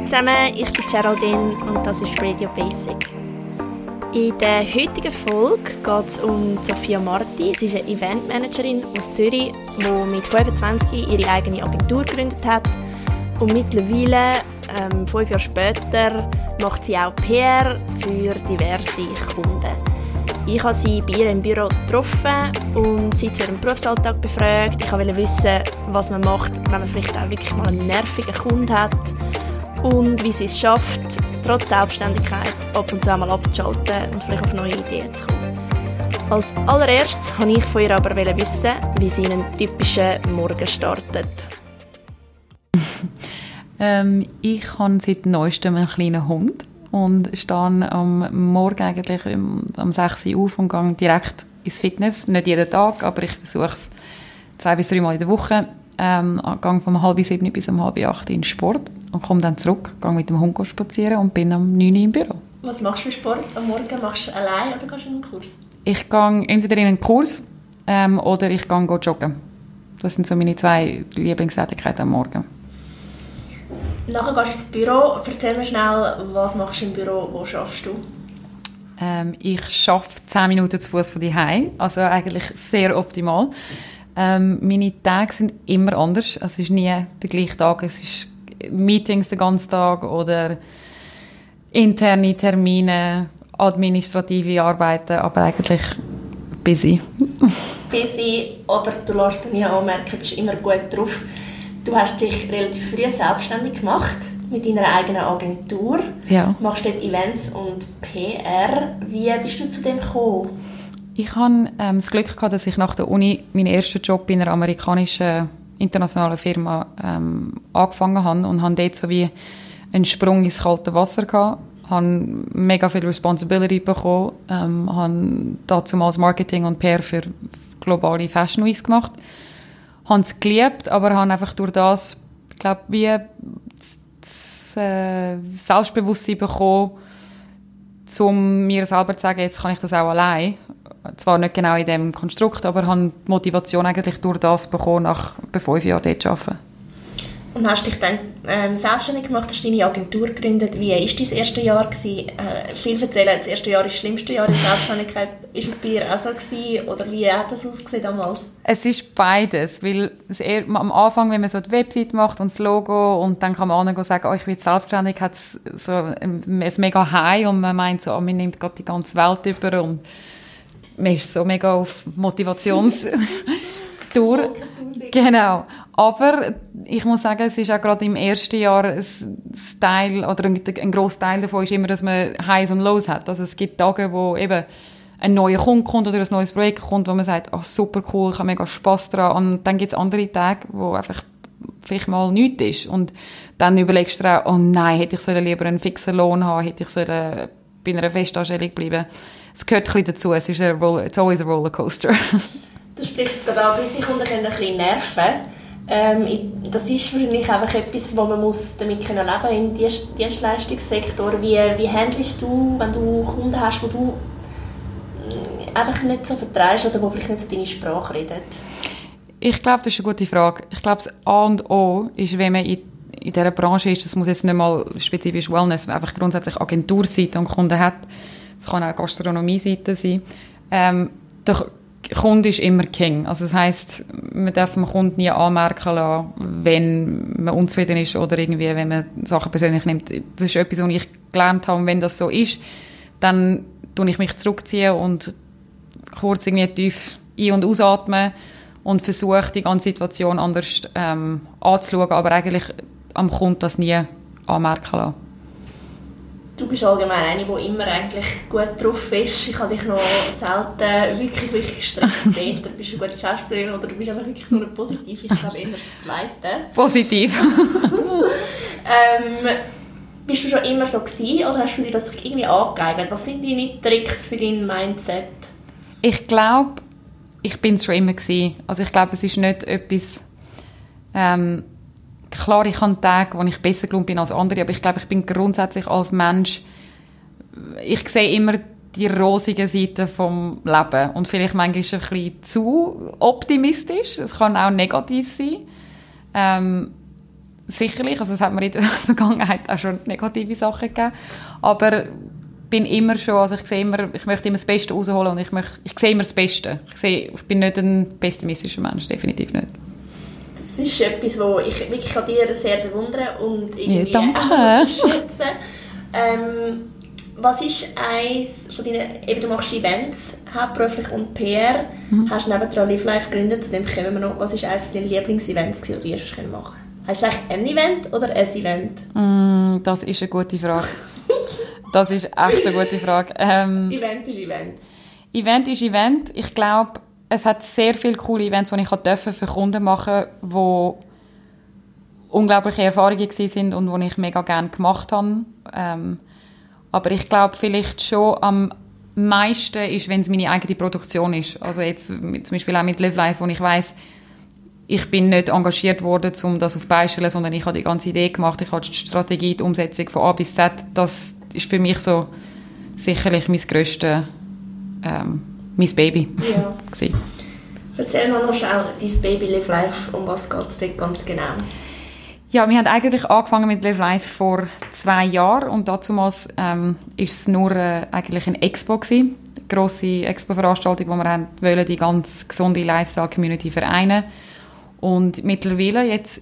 zusammen, ich bin Geraldine und das ist Radio Basic. In der heutigen Folge geht es um Sophia Marti. Sie ist eine Eventmanagerin aus Zürich, die mit 25 ihre eigene Agentur gegründet hat. Und mittlerweile, 5 Jahre später, macht sie auch PR für diverse Kunden. Ich habe sie bei ihr im Büro getroffen und sie zu ihrem Berufsalltag befragt. Ich wollte wissen, was man macht, wenn man vielleicht auch wirklich mal einen nervigen Kunden hat. Und wie sie es schafft, trotz Selbstständigkeit ab und zu einmal abzuschalten und vielleicht auf neue Ideen zu kommen. Als allererstes wollte ich von ihr aber wissen, wie sie einen typischen Morgen startet. Ich habe seit neuestem einen kleinen Hund und stehe am Morgen eigentlich um 6 Uhr auf und gehe direkt ins Fitness. Nicht jeden Tag, aber ich versuche es 2 bis 3 Mal in der Woche. Gehe von 6:30 bis 7:30 in den Sport und komme dann zurück, gehe mit dem Hund spazieren und bin um 9 Uhr im Büro. Was machst du für Sport am Morgen? Machst du allein oder gehst du in einen Kurs? Ich gehe entweder in einen Kurs oder ich gehe joggen. Das sind so meine 2 Lieblingstätigkeiten am Morgen. Nachher gehst du ins Büro. Erzähl mir schnell, was machst du im Büro, wo arbeitest du? Ich arbeite 10 Minuten zu Fuß von zu Hause, also eigentlich sehr optimal. Meine Tage sind immer anders. Es ist nie der gleiche Tag. Es ist Meetings den ganzen Tag oder interne Termine, administrative Arbeiten, aber eigentlich busy. Busy, aber du lässt dir nie anmerken, du bist immer gut drauf. Du hast dich relativ früh selbstständig gemacht mit deiner eigenen Agentur. Ja. Du machst dort Events und PR. Wie bist du zu dem gekommen? Ich hatte das Glück gehabt, dass ich nach der Uni meinen ersten Job in einer amerikanischen internationalen Firma angefangen habe und habe dort so wie einen Sprung ins kalte Wasser gehabt. Ich habe mega viel Responsibility bekommen, habe damals Marketing und PR für globale Fashion Weeks gemacht. Habe es geliebt, aber habe einfach durch das, ich glaube, wie das Selbstbewusstsein bekommen, um mir selber zu sagen, jetzt kann ich das auch allein. Zwar nicht genau in diesem Konstrukt, aber habe die Motivation eigentlich durch das bekommen, nach 5 Jahren dort zu arbeiten. Und hast dich dann selbstständig gemacht, hast deine Agentur gegründet. Wie war dein erstes Jahr? Viel erzählen, das erste Jahr ist das schlimmste Jahr in der Selbstständigkeit. Ist es bei dir auch so gewesen, oder wie hat das ausgesehen damals? Es ist beides, weil am Anfang, wenn man so die Website macht und das Logo und dann kann man anderen sagen, ich bin selbstständig, hat es so ein mega High und man meint so, man nimmt gerade die ganze Welt über und man ist so mega auf Motivationstour. Genau. Aber ich muss sagen, es ist auch gerade im ersten Jahr ein Teil, oder ein grosser Teil davon ist immer, dass man Highs und Lows hat. Also es gibt Tage, wo eben ein neuer Kunde kommt oder ein neues Projekt kommt, wo man sagt, super cool, ich habe mega Spass daran. Und dann gibt es andere Tage, wo einfach vielleicht mal nichts ist. Und dann überlegst du dir auch, oh nein, hätte ich lieber einen fixen Lohn haben, hätte ich bei einer Festanstellung bleiben. Es gehört ein bisschen dazu. It's always a rollercoaster. Du sprichst es gerade an, gewisse Kunden können ein bisschen nerven. Das ist wahrscheinlich einfach etwas, wo man damit leben kann im Dienstleistungssektor. Wie handelst du, wenn du Kunden hast, die du einfach nicht so vertreibst oder die vielleicht nicht so deine Sprache reden? Ich glaube, das ist eine gute Frage. Ich glaube, das A und O ist, wenn man in dieser Branche ist, das muss jetzt nicht mal spezifisch Wellness, einfach grundsätzlich Agenturseite und Kunden hat. Es kann auch Gastronomie-Seite sein. Der Kunde ist immer King. Also das heisst, man darf dem Kunden nie anmerken lassen, wenn man unzufrieden ist oder irgendwie, wenn man Sachen persönlich nimmt. Das ist etwas, was ich gelernt habe. Und wenn das so ist, dann tue ich mich zurückziehen und kurz irgendwie tief ein- und ausatmen und versuche, die ganze Situation anders anzuschauen, aber eigentlich am Kunden das nie anmerken lassen. Du bist allgemein eine, die immer eigentlich gut drauf ist. Ich habe dich noch selten wirklich gestresst gesehen. Oder bist du eine gute Schauspielerin oder du bist einfach wirklich so eine Positive. Ich glaube eher das Zweite. Positiv. Bist du schon immer so gewesen oder hast du dir das irgendwie angeeignet? Was sind deine Tricks für dein Mindset? Ich glaube, ich bin es schon immer gewesen. Also ich glaube, es ist nicht etwas... Klar, ich habe Tage, wo ich besser gelaunt bin als andere, aber ich glaube, ich bin grundsätzlich als Mensch, ich sehe immer die rosige Seite vom Leben und vielleicht manchmal ist es ein bisschen zu optimistisch, es kann auch negativ sein. sicherlich, also es hat mir in der Vergangenheit auch schon negative Sachen gegeben, aber bin immer schon, also ich möchte immer das Beste rausholen und ich sehe immer das Beste. Ich bin nicht ein pessimistischer Mensch, definitiv nicht. Das ist etwas, was ich wirklich an dir sehr bewundere und irgendwie auch schätze. Was ist eins von deinen, eben du machst Events hauptberuflich und PR, hast nebendran Live Life gegründet, zu dem kommen wir noch. Was ist eines von deinen Lieblingsevents, die du erst machen konntest? Hast du eigentlich ein Event oder ein Event? Das ist eine gute Frage. Das ist echt eine gute Frage. Event ist Event. Event ist Event. Ich glaube, es hat sehr viele coole Events, die ich für Kunden machen durfte, die unglaubliche Erfahrungen waren und die ich mega gerne gemacht habe. Aber ich glaube vielleicht schon am meisten ist, wenn es meine eigene Produktion ist. Also jetzt zum Beispiel auch mit Live Life, wo ich weiss, ich bin nicht engagiert worden, um das auf die Beine zu stellen, sondern ich habe die ganze Idee gemacht, ich habe die Strategie, die Umsetzung von A bis Z. Das ist für mich so sicherlich mein grösstes, mein Baby. Ja. Erzähl mal noch schnell, dein Baby Live Life, um was geht es dort ganz genau? Ja, wir haben eigentlich angefangen mit Live Life vor 2 Jahren und damals ist es nur eigentlich eine Expo gewesen, eine grosse Expo-Veranstaltung, wo wir wollen die ganz gesunde Lifestyle-Community vereinen. Und mittlerweile, jetzt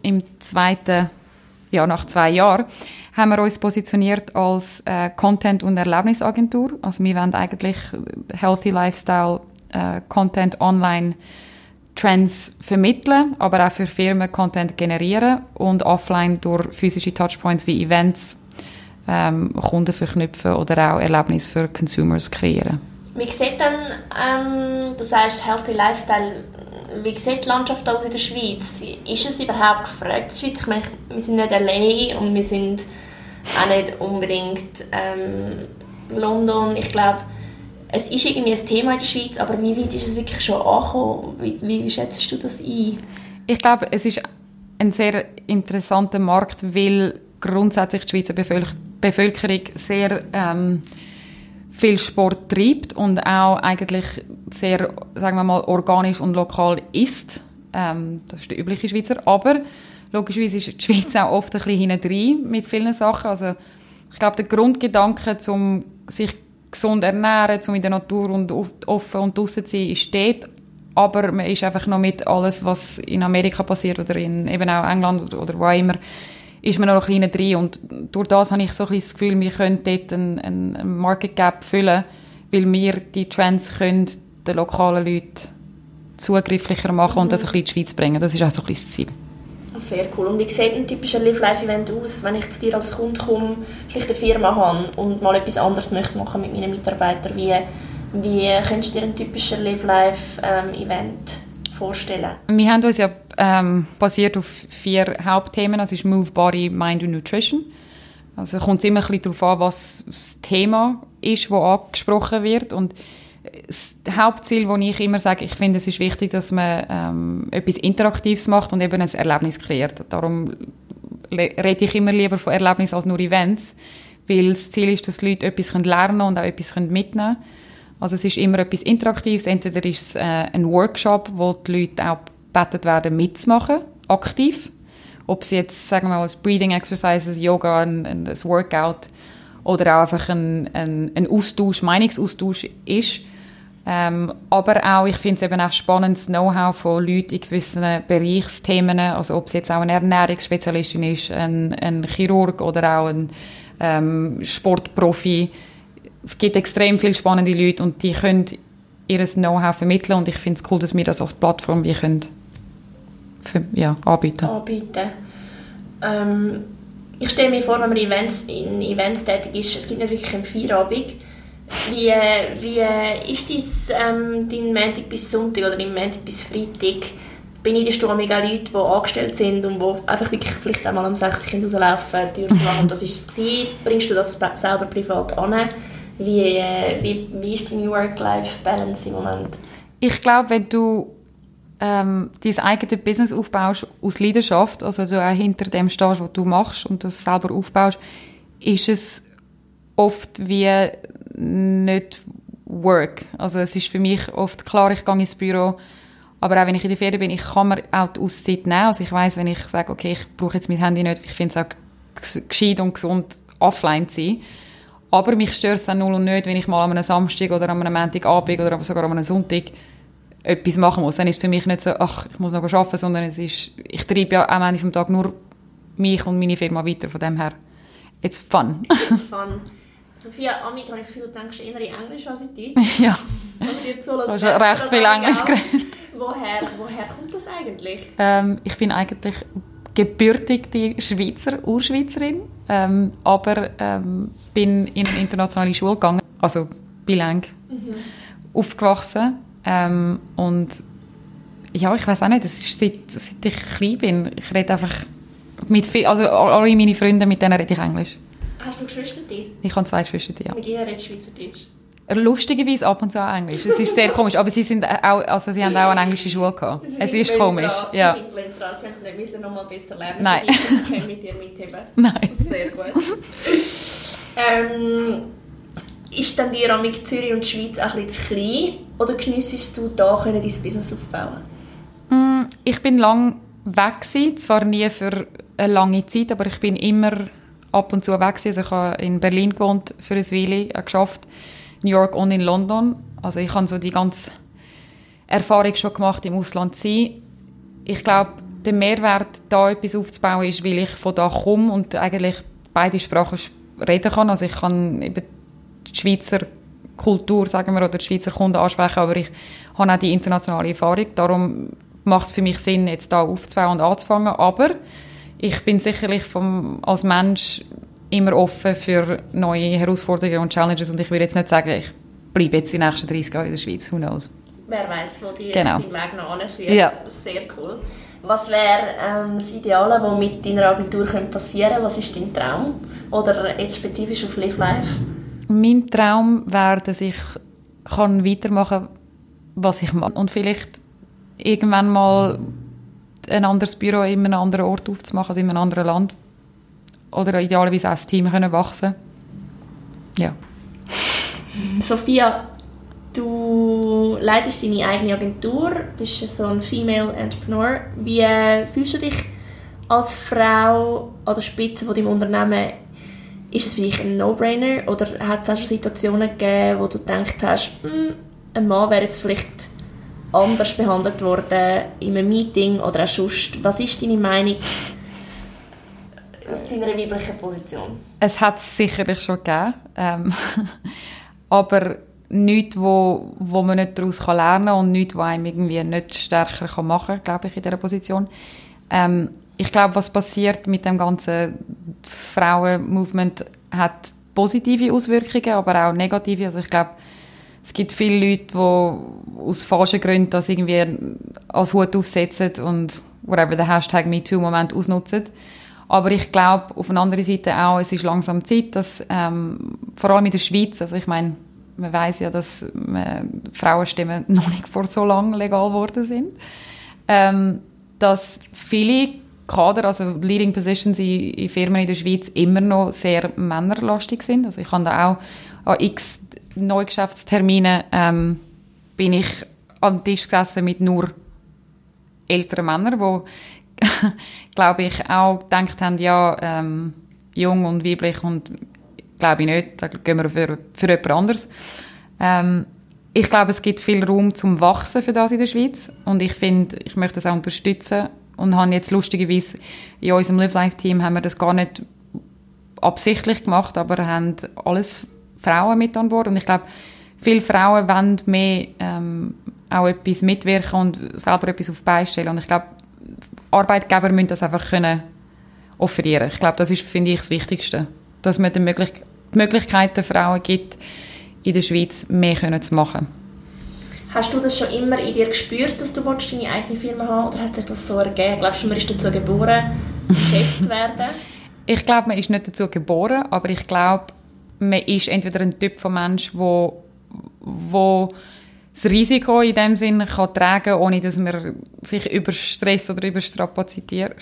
nach 2 Jahren, haben wir uns positioniert als Content- und Erlebnisagentur. Also wir wollen eigentlich Healthy Lifestyle Content online Trends vermitteln, aber auch für Firmen Content generieren und offline durch physische Touchpoints wie Events Kunden verknüpfen oder auch Erlebnisse für Consumers kreieren. Wie sieht dann, du sagst Healthy Lifestyle, wie sieht die Landschaft aus in der Schweiz? Ist es überhaupt gefragt in der Schweiz? Ich meine, wir sind nicht LA und wir sind auch nicht unbedingt London. Ich glaube, es ist irgendwie ein Thema in der Schweiz, aber wie weit ist es wirklich schon angekommen? Wie schätzt du das ein? Ich glaube, es ist ein sehr interessanter Markt, weil grundsätzlich die Schweizer Bevölkerung sehr viel Sport treibt und auch eigentlich sehr, sagen wir mal, organisch und lokal isst. Das ist der übliche Schweizer. Aber logischerweise ist die Schweiz auch oft ein bisschen hintendrein mit vielen Sachen. Also ich glaube, der Grundgedanke, um sich gesund ernähren, um in der Natur und offen und draussen zu sein, ist dort. Aber man ist einfach noch mit alles, was in Amerika passiert oder in eben auch England oder wo auch immer, ist man noch ein bisschen drin. Und durch das habe ich so ein bisschen das Gefühl, wir können dort einen Market Gap füllen, weil wir die Trends können den lokalen Leuten zugrifflicher machen und das ein bisschen in die Schweiz bringen. Das ist auch so ein bisschen das Ziel. Sehr cool. Und wie sieht ein typischer Live-Life-Event aus, wenn ich zu dir als Kunde komme, vielleicht eine Firma habe und mal etwas anderes möchte machen mit meinen Mitarbeitern? Wie könntest du dir ein typischer Live-Life-Event vorstellen? Wir haben uns ja basiert auf 4 Hauptthemen. Das ist Move, Body, Mind und Nutrition. Also kommt es immer ein bisschen darauf an, was das Thema ist, das angesprochen wird. Und das Hauptziel, das ich immer sage, ich finde, es ist wichtig, dass man etwas Interaktives macht und eben ein Erlebnis kreiert. Darum rede ich immer lieber von Erlebnis als nur Events, weil das Ziel ist, dass die Leute etwas lernen und auch etwas mitnehmen können. Also es ist immer etwas Interaktives. Entweder ist es ein Workshop, wo die Leute auch gebeten werden, mitzumachen, aktiv. Ob es jetzt, sagen wir mal, Breathing Exercises, Yoga, ein Workout oder auch einfach ein Austausch, Meinungsaustausch ist. Aber auch, ich finde es eben auch spannendes Know-how von Leuten in gewissen Bereichsthemen, also ob es jetzt auch eine Ernährungsspezialistin ist, ein Chirurg oder auch ein Sportprofi. Es gibt extrem viele spannende Leute und die können ihr Know-how vermitteln und ich finde es cool, dass wir das als Plattform anbieten. Ich stelle mir vor, wenn man in Events tätig ist, es gibt nicht wirklich einen Feierabend. Wie ist dein Montag bis Sonntag oder dein Montag bis Freitag? Beneidest du mega Leute, die angestellt sind und die einfach wirklich vielleicht einmal um 6 Uhr rauslaufen, die Tür zu machen und das war es gewesen? Bringst du das selber privat an? Wie ist deine Work-Life-Balance im Moment? Ich glaube, wenn du dein eigenes Business aufbaust aus Leidenschaft, also du auch hinter dem stehst, was du machst und das selber aufbaust, ist es oft wie nicht Work. Also es ist für mich oft klar, ich gehe ins Büro, Aber auch wenn ich in der Ferien bin, ich kann mir auch die Auszeit nehmen. Also ich weiss, wenn ich sage, okay, ich brauche jetzt mein Handy nicht, ich finde es auch gescheit und gesund, offline zu sein. Aber mich stört es dann null und nicht, wenn ich mal an einem Samstag oder an einem Montagabend oder sogar an einem Sonntag etwas machen muss. Dann ist es für mich nicht so, ach, ich muss noch arbeiten, sondern es ist, ich treibe ja am Ende des Tages nur mich und meine Firma weiter. Von dem her, it's fun. It's fun. Sophia, Amik, habe ich das Gefühl, du denkst eher in Englisch als in Deutsch. Ja. Du hast schon recht viel Englisch geredet. Woher kommt das eigentlich? Ich bin eigentlich gebürtige Urschweizerin, aber bin in eine internationale Schule gegangen, also bilingue, aufgewachsen. Und ja, ich weiß auch nicht, das ist seit ich klein bin. Ich rede einfach also alle meine Freunde, mit denen rede ich Englisch. Hast du Geschwister? Ich habe 2 Geschwister, ja. Mit ihnen redest du Schweizerdeutsch? Lustigerweise ab und zu auch Englisch. Es ist sehr komisch, aber sie haben auch eine englische Schule gehabt. Es ist komisch. Ja. Sie sind blind dran. Sie müssen noch mal besser lernen. Nein. Sie können mit dir mitheben. Nein. Sehr gut. Ist dann die Amik Zürich und die Schweiz auch ein bisschen zu klein? Oder geniessest du da, dein Business aufbauen? Ich bin lang weg gewesen, zwar nie für eine lange Zeit, aber ich bin immer ab und zu weg gewesen. Also ich habe in Berlin gewohnt für eine Weile, geschafft, New York und in London. Also ich habe so die ganze Erfahrung schon gemacht, im Ausland zu sein. Ich glaube, der Mehrwert, da etwas aufzubauen, ist, weil ich von da komme und eigentlich beide Sprachen reden kann. Also ich kann eben die Schweizer Kultur, sagen wir, oder die Schweizer Kunden ansprechen, aber ich habe auch die internationale Erfahrung. Darum macht es für mich Sinn, jetzt da aufzubauen und anzufangen. Aber ich bin sicherlich als Mensch immer offen für neue Herausforderungen und Challenges und ich würde jetzt nicht sagen, ich bleibe jetzt die nächsten 30 Jahre in der Schweiz. Who knows? Wer weiss, wo die genau. Weg noch anführt. Ja. Sehr cool. Was wäre das Ideale, was mit deiner Agentur passieren könnte? Was ist dein Traum? Oder jetzt spezifisch auf Live Life? Mein Traum wäre, dass ich weitermachen kann, was ich mache. Und vielleicht irgendwann mal ein anderes Büro in einem anderen Ort aufzumachen, also in einem anderen Land. Oder idealerweise auch das Team wachsen. Ja. Sophia, du leitest deine eigene Agentur, bist so ein Female Entrepreneur. Wie fühlst du dich als Frau an der Spitze von deinem Unternehmen? Ist es für dich ein No-Brainer oder hat es auch schon Situationen gegeben, wo du gedacht hast, ein Mann wäre jetzt vielleicht anders behandelt worden in einem Meeting oder auch sonst? Was ist deine Meinung aus deiner weiblichen Position? Es hat es sicherlich schon gegeben, aber nichts, wo man nicht daraus lernen kann und nichts, was einem irgendwie nicht stärker machen kann, glaube ich, in dieser Position. Ich glaube, was passiert mit dem ganzen Frauen-Movement hat positive Auswirkungen, aber auch negative. Also ich glaube, es gibt viele Leute, die aus falschen Gründen das irgendwie als Hut aufsetzen und whatever den Hashtag MeToo-Moment ausnutzen. Aber ich glaube, auf der anderen Seite auch, es ist langsam Zeit, dass vor allem in der Schweiz, also ich meine, man weiss ja, dass Frauenstimmen noch nicht vor so lang legal geworden sind, dass viele Kader, also Leading Positions in Firmen in der Schweiz immer noch sehr männerlastig sind. Also ich habe da auch an x Neugeschäftsterminen bin ich am Tisch gesessen mit nur älteren Männern, die, glaube ich, auch gedacht haben, ja, jung und weiblich und glaube ich nicht, da gehen wir für jemand anderes. Ich glaube, es gibt viel Raum zum Wachsen für das in der Schweiz und ich finde, ich möchte das auch unterstützen und haben jetzt lustigerweise in unserem Live-Life-Team haben wir das gar nicht absichtlich gemacht, aber haben alles Frauen mit an Bord und ich glaube, viele Frauen wollen mehr auch etwas mitwirken und selber etwas auf die Beine stellen und ich glaube, Arbeitgeber müssen das einfach können offerieren. Ich glaube, das ist, finde ich, das Wichtigste, dass man die Möglichkeit den Frauen gibt, in der Schweiz mehr zu machen. Hast du das schon immer in dir gespürt, dass du deine eigene Firma haben oder hat sich das so ergeben? Glaubst du, man ist dazu geboren, Chef zu werden? Ich glaube, man ist nicht dazu geboren, aber ich glaube, man ist entweder ein Typ von Mensch, wo das Risiko in dem Sinn kann tragen, ohne dass man sich überstresst oder überstrapaziert.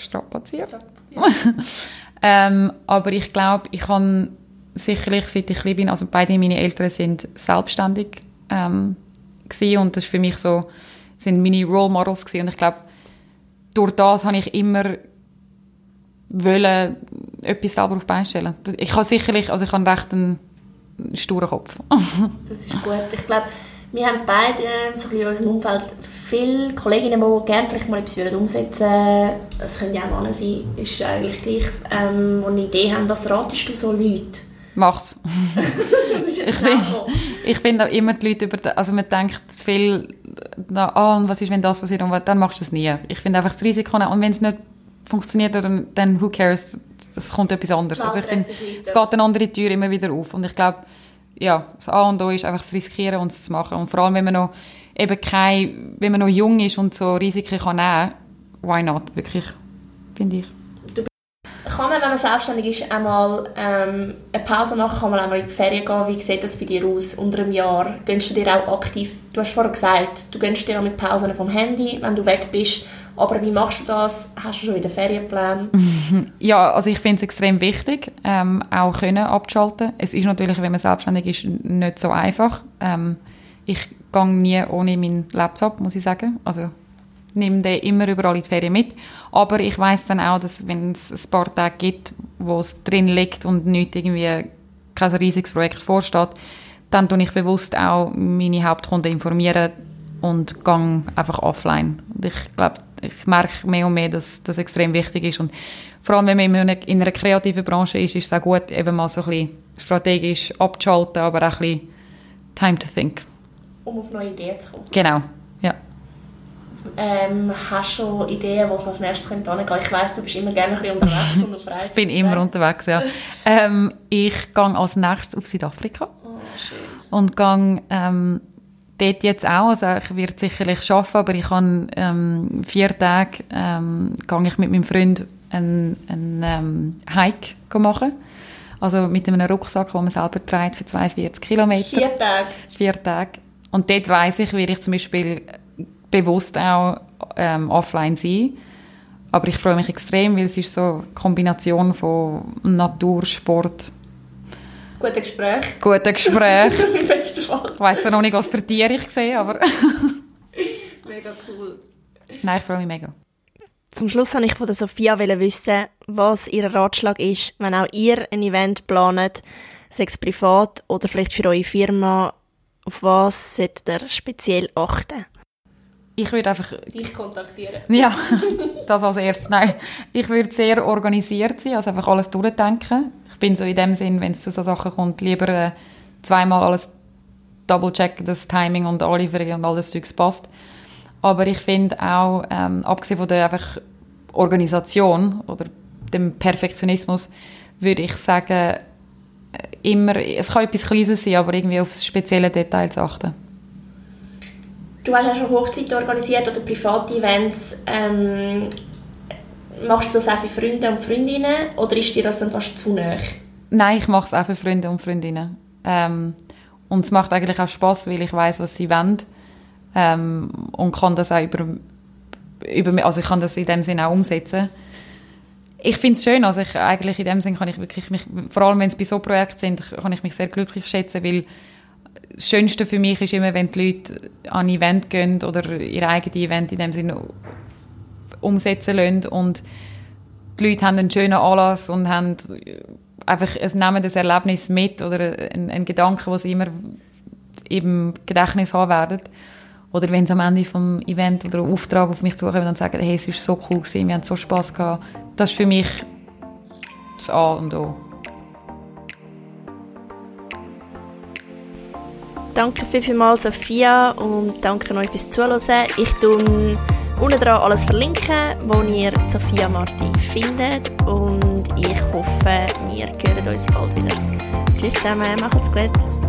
Aber ich glaube, ich habe sicherlich, seit ich klein bin, also beide meine Eltern sind selbstständig gewesen, und das ist für mich so sind meine Role Models gewesen. Und ich glaube, durch das habe ich immer wollen, etwas selber auf die Beine stellen. Ich habe sicherlich, also ich habe recht einen sturen Kopf. Das ist gut. Ich glaube, wir haben beide so ein bisschen in unserem Umfeld viele Kolleginnen, die gerne vielleicht mal etwas umsetzen würden. Es können ja auch Männer sein, ist eigentlich gleich, die eine Idee haben. Was ratest du so Leute? Mach's. Ich finde auch immer die Leute also man denkt zu viel, und was ist, wenn das passiert, und dann machst du es nie. Ich finde einfach das Risiko, und wenn es nicht funktioniert, dann who cares, das kommt etwas anderes. Also ich finde, es geht eine andere Tür immer wieder auf, und ich glaube, ja, das A und O ist einfach das Riskieren und es zu machen, und vor allem, wenn man noch wenn man noch jung ist und so Risiken kann nehmen, why not, wirklich, finde ich. Kann man, wenn man selbstständig ist, einmal eine Pause machen, kann man einmal in die Ferien gehen? Wie sieht das bei dir aus unter einem Jahr? Gönnst du dir auch aktiv, du hast vorher gesagt, du gönnst dir auch mit Pausen vom Handy, wenn du weg bist, aber wie machst du das? Hast du schon wieder Ferienpläne? Ja, also ich finde es extrem wichtig, auch können abzuschalten. Es ist natürlich, wenn man selbstständig ist, nicht so einfach. Ich gehe nie ohne meinen Laptop, muss ich sagen. Also nehme den immer überall in die Ferien mit. Aber ich weiss dann auch, dass wenn es ein paar Tage gibt, wo es drin liegt und nicht irgendwie kein riesiges Projekt vorsteht, dann tue ich bewusst auch meine Hauptkunden informieren und gehe einfach offline. Und ich glaube, ich merke mehr und mehr, dass das extrem wichtig ist. Und vor allem, wenn man in einer kreativen Branche ist es auch gut, eben mal so ein bisschen strategisch abzuschalten, aber auch ein bisschen time to think. Um auf neue Ideen zu kommen. Genau, ja. Hast du schon Ideen, wo es als nächstes hingehen könnte? Ich weiss, du bist immer gerne ein bisschen unterwegs und auf Reisen. Ich bin immer unterwegs, ja. Ich gehe als nächstes auf Südafrika. Oh, schön. Und gehe dort jetzt auch. Also ich werde sicherlich arbeiten, aber ich kann 4 Tage gehe ich mit meinem Freund einen Hike machen. Also mit einem Rucksack, den man selber trägt für 42 Kilometer. 4 Tage? 4 Tage. Und dort weiss ich, werde ich zum Beispiel bewusst auch offline sein. Aber ich freue mich extrem, weil es ist so eine Kombination von Natur, Sport. Gute Gespräch. Im besten Fall. Ich weiss ja noch nicht, was für Tiere ich sehe, aber... Mega cool. Nein, ich freue mich mega. Zum Schluss wollte ich von der Sophia wissen, was ihr Ratschlag ist, wenn auch ihr ein Event plant, sei es privat oder vielleicht für eure Firma. Auf was solltet ihr speziell achten? Ich würde einfach... Dich kontaktieren. Ja, das als erstes. Nein, ich würde sehr organisiert sein, also einfach alles durchdenken. Ich bin so in dem Sinn, wenn es zu so Sachen kommt, lieber zweimal alles double-checken, dass das Timing und alle Lieferungen und alles Zeugs passt. Aber ich finde auch, abgesehen von der einfach Organisation oder dem Perfektionismus, würde ich sagen, immer, es kann etwas Kleines sein, aber irgendwie auf spezielle Details achten. Du hast ja schon Hochzeiten organisiert oder private Events. Machst du das auch für Freunde und Freundinnen oder ist dir das dann fast zu nahe? Nein, ich mache es auch für Freunde und Freundinnen. Und es macht eigentlich auch Spass, weil ich weiss, was sie wollen. Und kann das auch also ich kann das in dem Sinne auch umsetzen. Ich finde es schön, also eigentlich in dem Sinne kann ich wirklich vor allem wenn es bei so Projekten sind, kann ich mich sehr glücklich schätzen, weil das Schönste für mich ist immer, wenn die Leute an ein Event gehen oder ihr eigenes Event in dem Sinne umsetzen lassen und die Leute haben einen schönen Anlass und haben einfach, es nehmen das Erlebnis mit oder einen Gedanken, den sie immer im Gedächtnis haben werden. Oder wenn sie am Ende vom Event oder Auftrag auf mich zukommen und sagen, hey, es war so cool gewesen, wir hatten so Spass gehabt. Das ist für mich das A und O. Danke vielmals, Sophia, und danke euch fürs Zuhören. Ich tue unten dran alles verlinken, wo ihr Sophia Marti findet, und ich hoffe, wir hören uns bald wieder. Tschüss zusammen, macht's gut.